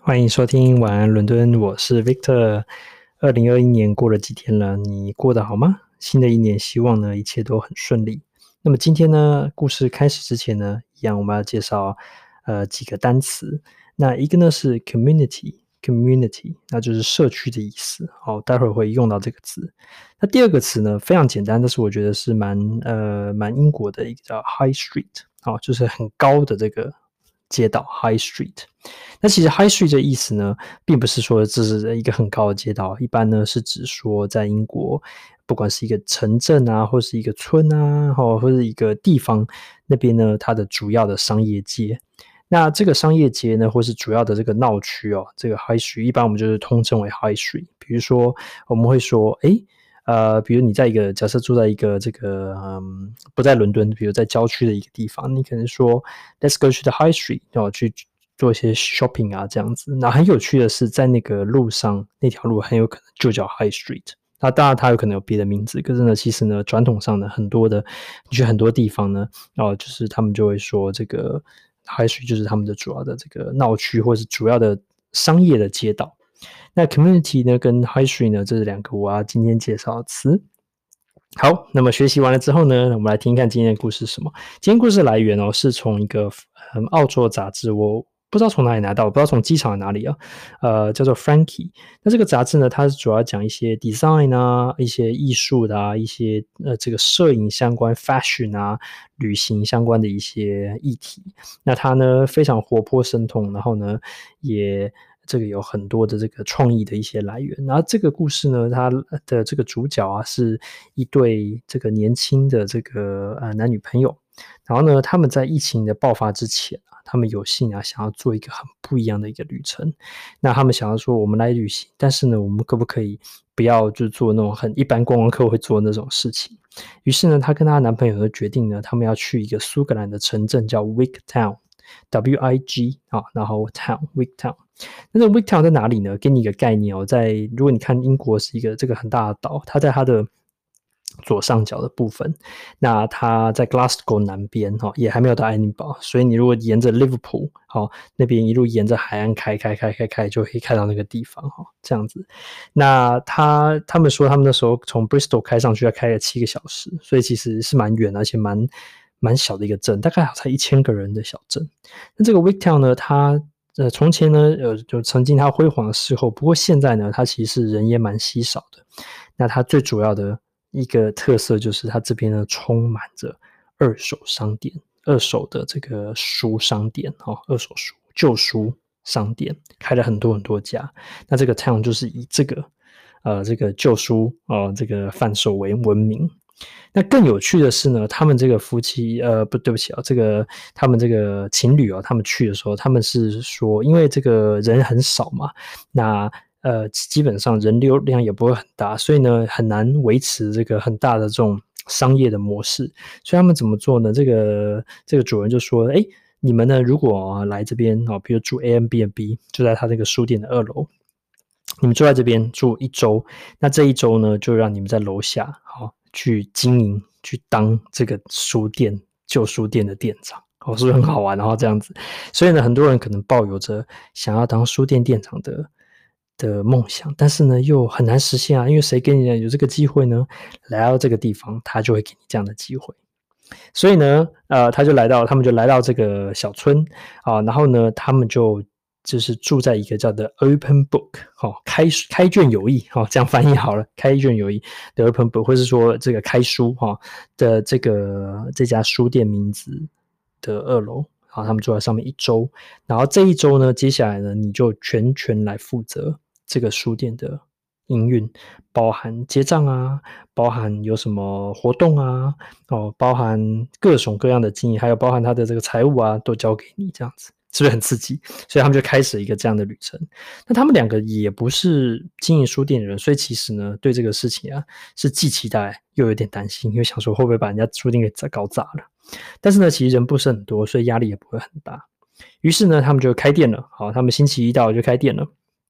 欢迎收听晚安伦敦，我是 Victor。2021年过了几天了，你过得好吗？新的一年希望呢一切都很顺利。那么今天呢，故事开始之前呢，一样我们要介绍几个单词。那一个呢是 community， 那就是社区的意思。好，待会儿会用到这个字。那第二个词呢非常简单，但是我觉得是蛮英国的一个叫 High Street， 好，就是很高的这个街道 High Street。那其实 High Street 的意思呢，并不是说这是一个很高的街道，一般呢是指说在英国，不管是一个城镇啊，或是一个村啊，或是一个地方，那边呢它的主要的商业街。那这个商业街呢，或是主要的这个闹区哦，这个 High Street 一般我们就是通称为 High Street。比如说我们会说，比如你在一个假设住在一个这个不在伦敦，比如在郊区的一个地方，你可能说 Let's go to the High Street， 去做一些 shopping 啊这样子。那很有趣的是，在那个路上，那条路很有可能就叫 High Street。那当然它有可能有别的名字，可是呢，其实呢，传统上呢，你去很多地方呢，就是他们就会说这个 High Street 就是他们的主要的这个闹区，或是主要的商业的街道。那 community 呢跟 high street 呢，这是两个我要今天介绍的词。好，那么学习完了之后呢，我们来听看今天的故事是什么。今天故事的来源是从一个澳洲的杂志，我不知道从哪里拿到，我不知道从机场哪里啊，叫做 Frankie。那这个杂志呢，它是主要讲一些 design 啊，一些艺术的啊，一些这个摄影相关 fashion 啊，旅行相关的一些议题。那它呢非常活泼生动，然后呢也这个有很多的这个创意的一些来源。然后这个故事呢，它的这个主角啊是一对这个年轻的这个男女朋友。然后呢，他们在疫情的爆发之前啊，他们有幸啊想要做一个很不一样的一个旅程。那他们想要说，我们来旅行，但是呢，我们可不可以不要就做那种很一般观光客会做的那种事情？于是呢，她跟她的男朋友就决定呢，他们要去一个苏格兰的城镇叫 Wigtown。WIG 啊，然后 Wigtown。那这个 Wigtown 在哪里呢？给你一个概念哦，如果你看英国是一个这个很大的岛，它在它的左上角的部分，那它在 Glasgow 南边也还没有到爱丁堡，所以你如果沿着 Liverpool 那边一路沿着海岸开，就可以开到那个地方这样子。那他们说他们那时候从 Bristol 开上去要开了7个小时，所以其实是蛮远，而且蛮小的一个镇，大概才1000个人的小镇。那这个 Wigtown 呢，它从前呢就曾经它辉煌的时候，不过现在呢它其实人也蛮稀少的。那它最主要的一个特色就是它这边呢充满着二手商店，二手的这个书商店二手书旧书商店开了很多很多家。那这个 town 就是以这个旧书这个贩售为闻名。那更有趣的是呢，他们这个夫妻对不起这个他们这个情侣他们去的时候，他们是说因为这个人很少嘛，那基本上人流量也不会很大，所以呢很难维持这个很大的这种商业的模式。所以他们怎么做呢？这个主人就说，你们呢如果来这边比如住 Airbnb， 就在他这个书店的2楼，你们住在这边住1周，那这1周呢就让你们在楼下去经营，去当这个旧书店的店长。是不是很好玩？然后这样子，所以呢很多人可能抱有着想要当书店店长的梦想，但是呢又很难实现啊，因为谁给你有这个机会呢？来到这个地方，他就会给你这样的机会。所以呢他们就来到这个小村然后呢他们就是住在一个叫的 Open Book 开卷有益这样翻译好了，开卷有益的 Open Book， 或是说这个开书的这家书店名字的2楼。他们住在上面1周，然后这1周呢，接下来呢，你就全权来负责这个书店的营运，包含结账啊，包含有什么活动啊，包含各种各样的经营，还有包含他的这个财务啊，都交给你这样子。是不是很刺激？所以他们就开始一个这样的旅程。那他们两个也不是经营书店的人，所以其实呢，对这个事情是既期待又有点担心，因为想说会不会把人家书店给搞砸了。但是呢，其实人不是很多，所以压力也不会很大。于是呢，他们就开店了。好，他们星期一到就开店了。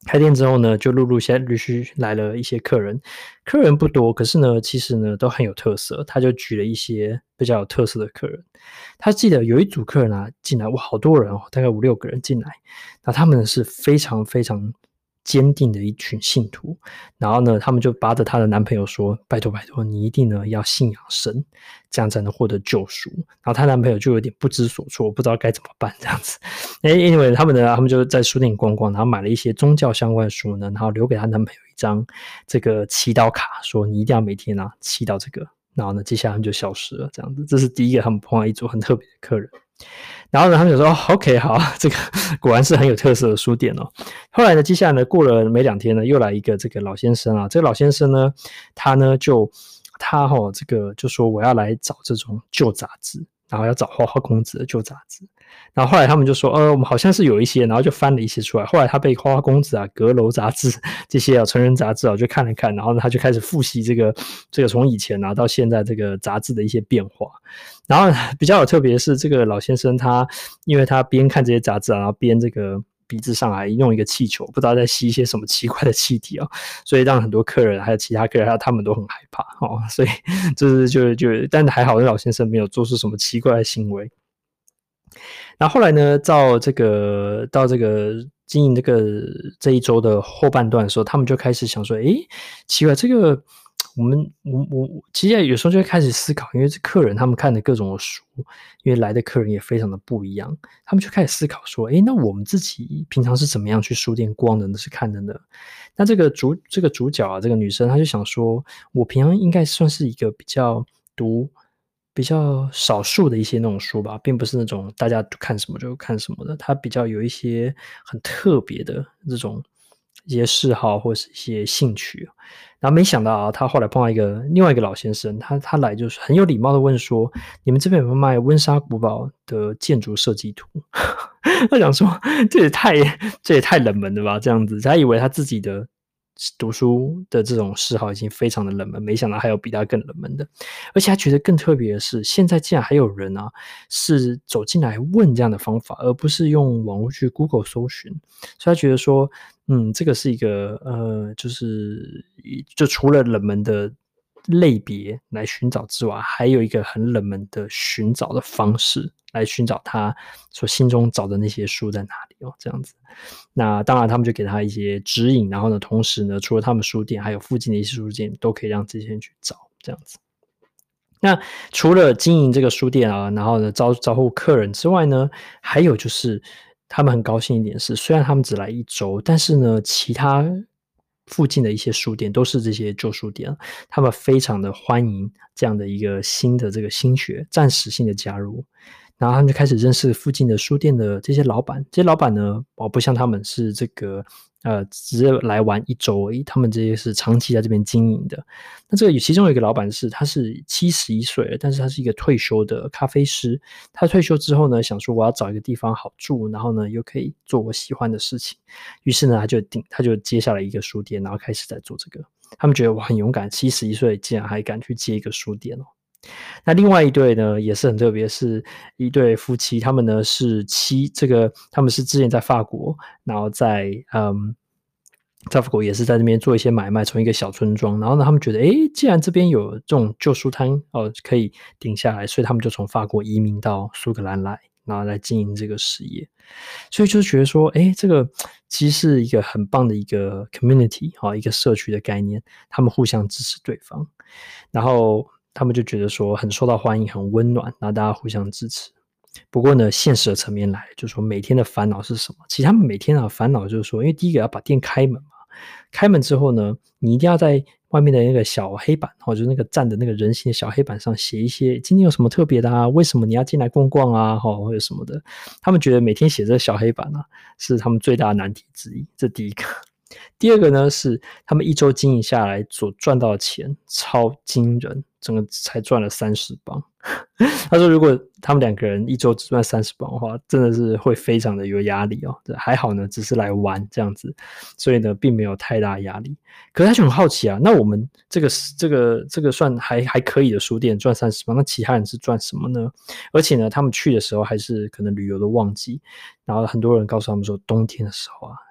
开店之后呢，就陆续来了一些客人，客人不多，可是呢，其实呢都很有特色。他就举了一些比较有特色的客人，他记得有一组客人啊进来，哇，好多人哦，大概5-6个人进来，那他们是非常非常坚定的一群信徒，然后呢，他们就扒着她的男朋友说：“拜托拜托，你一定呢要信仰神，这样才能获得救赎。”然后她男朋友就有点不知所措，不知道该怎么办这样子。Anyway，他们就在书店逛逛，然后买了一些宗教相关的书呢，然后留给她男朋友一张这个祈祷卡，说你一定要每天啊祈祷这个。然后呢，接下来他们就消失了，这样子。这是第一个他们碰到一组很特别的客人。然后呢，他们就说、OK 好，这个果然是很有特色的书店哦。后来呢，接下来呢，过了没2天呢，又来一个这个老先生啊。这个老先生呢，他这个就说我要来找这种旧杂志，然后要找花花公子的旧杂志。然后后来他们就说，我们好像是有一些，然后就翻了一些出来。后来他被花花公子啊、阁楼杂志这些成人杂志就看了看，然后呢，他就开始复习这个从以前啊到现在这个杂志的一些变化。然后比较有特别的是，这个老先生因为他边看这些杂志啊，然后边这个鼻子上还用一个气球，不知道在吸一些什么奇怪的气体哦，所以让很多客人还有其他客人他们都很害怕哦，所以但还好，那老先生没有做出什么奇怪的行为。然后后来呢，到这个经营这一周的后半段的时候，他们就开始想说，奇怪，这个我其实有时候就会开始思考，因为这客人他们看的各种的书，因为来的客人也非常的不一样，他们就开始思考说，那我们自己平常是怎么样去书店逛的呢？是看的呢？那这个主角啊，这个女生，她就想说，我平常应该算是一个比较少数的一些那种书吧，并不是那种大家看什么就看什么的，它比较有一些很特别的这种一些嗜好或是一些兴趣。然后没想到啊，他后来碰到另外一个老先生，他来就是很有礼貌的问说：“你们这边有没有卖温莎古堡的建筑设计图？”他想说这也太冷门了吧，这样子，他以为他自己的读书的这种嗜好已经非常的冷门，没想到还有比他更冷门的。而且他觉得更特别的是，现在竟然还有人啊，是走进来问这样的方法，而不是用网络去 Google 搜寻。所以他觉得说，这个是一个就除了冷门的类别来寻找之外，还有一个很冷门的寻找的方式来寻找他所心中找的那些书在哪里哦，这样子。那当然他们就给他一些指引，然后呢，同时呢，除了他们书店，还有附近的一些书店都可以让这些人去找，这样子。那除了经营这个书店啊，然后呢招呼客人之外呢，还有就是他们很高兴一点是，虽然他们只来1周，但是呢，其他附近的一些书店都是这些旧书店，他们非常的欢迎这样的一个新血，暂时性的加入。然后他们就开始认识附近的书店的这些老板，这些老板呢，不像他们是这个只是来玩1周而已，他们这些是长期在这边经营的。那这个其中有一个老板他是71岁了，但是他是一个退休的咖啡师。他退休之后呢，想说我要找一个地方好住，然后呢又可以做我喜欢的事情。于是呢，他就接下了一个书店，然后开始在做这个。他们觉得我很勇敢，71岁竟然还敢去接一个书店哦。那另外一对呢，也是很特别，是一对夫妻，他们呢他们是之前在法国，然后在法国也是在那边做一些买卖，从一个小村庄，然后呢，他们觉得，既然这边有这种旧书摊可以顶下来，所以他们就从法国移民到苏格兰来，然后来经营这个事业。所以就觉得说，这个其实是一个很棒的一个 community 一个社区的概念，他们互相支持对方，然后他们就觉得说很受到欢迎，很温暖，然后大家互相支持。不过呢，现实的层面来，就是说每天的烦恼是什么？其实他们每天的烦恼就是说，因为第一个要把店开门嘛，开门之后呢，你一定要在外面的那个小黑板，就是那个站的那个人形的小黑板上写一些今天有什么特别的啊？为什么你要进来逛逛啊？或者什么的。他们觉得每天写这个小黑板啊，是他们最大的难题之一。这第一个。第二个呢，是他们1周经营下来所赚到的钱超惊人，整个才赚了30磅。他说如果他们2个人1周只赚30磅的话，真的是会非常的有压力哦。还好呢，只是来玩这样子，所以呢并没有太大压力。可是他就很好奇啊，那我们这个算还可以的书店赚30磅，那其他人是赚什么呢？而且呢，他们去的时候还是可能旅游的旺季，然后很多人告诉他们说，冬天的时候啊，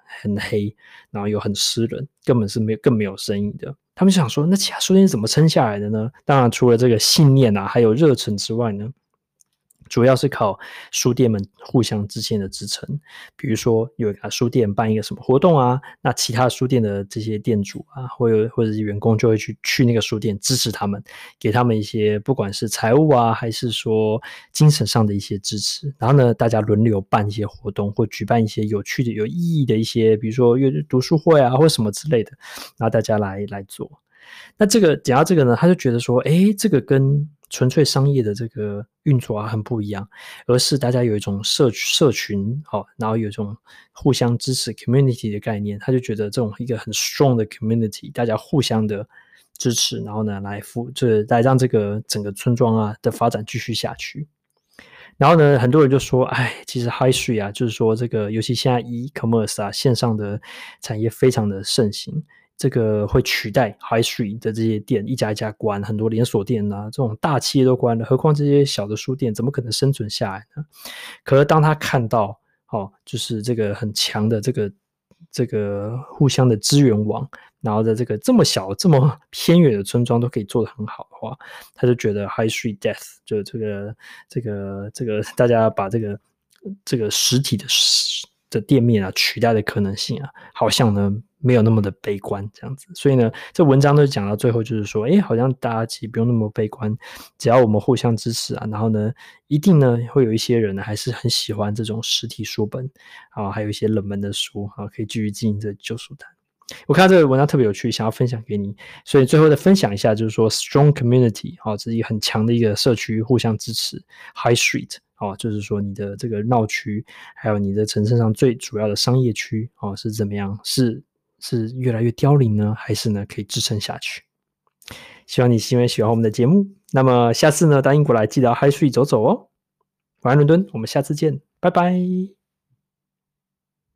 很黑，然后又很湿冷，根本是更没有生意的。他们想说，那其他书店是怎么撑下来的呢？当然，除了这个信念啊，还有热忱之外呢，主要是靠书店们互相之间的支撑。比如说有一个书店办一个什么活动啊，那其他书店的这些店主啊，或者是员工就会去那个书店支持他们，给他们一些不管是财务啊，还是说精神上的一些支持。然后呢，大家轮流办一些活动，或举办一些有趣的、有意义的一些，比如说读书会啊，或什么之类的，然后大家来做。那讲到这个呢，他就觉得说，这个跟纯粹商业的这个运作啊很不一样，而是大家有一种社群，然后有一种互相支持 community 的概念。他就觉得这种一个很 strong 的 community， 大家互相的支持，然后呢来让这个整个村庄啊的发展继续下去。然后呢，很多人就说，其实 High Street 啊，就是说这个，尤其现在 e-commerce 啊，线上的产业非常的盛行，这个会取代 High Street 的这些店，一家一家关，很多连锁店啊，这种大企业都关了，何况这些小的书店怎么可能生存下来呢？可是当他看到，就是这个很强的这个互相的支援网，然后在这个这么小、这么偏远的村庄都可以做得很好的话，他就觉得 High Street Death 就这个大家把这个实体的店面啊取代的可能性啊，好像呢没有那么的悲观这样子。所以呢，这文章都讲到最后就是说，好像大家其实不用那么悲观，只要我们互相支持啊，然后呢，一定呢会有一些人呢还是很喜欢这种实体书本啊，还有一些冷门的书啊，可以继续经营这旧书摊。我看到这个文章特别有趣，想要分享给你，所以最后再分享一下，就是说 strong community 这是一个很强的一个社区，互相支持。High Street 就是说你的这个闹区，还有你的城镇上最主要的商业区是怎么样？是越来越凋零呢，还是呢可以支撑下去？希望你喜欢我们的节目。那么下次呢到英国来，记得要 High Street 走走哦。晚安伦敦，我们下次见，拜拜。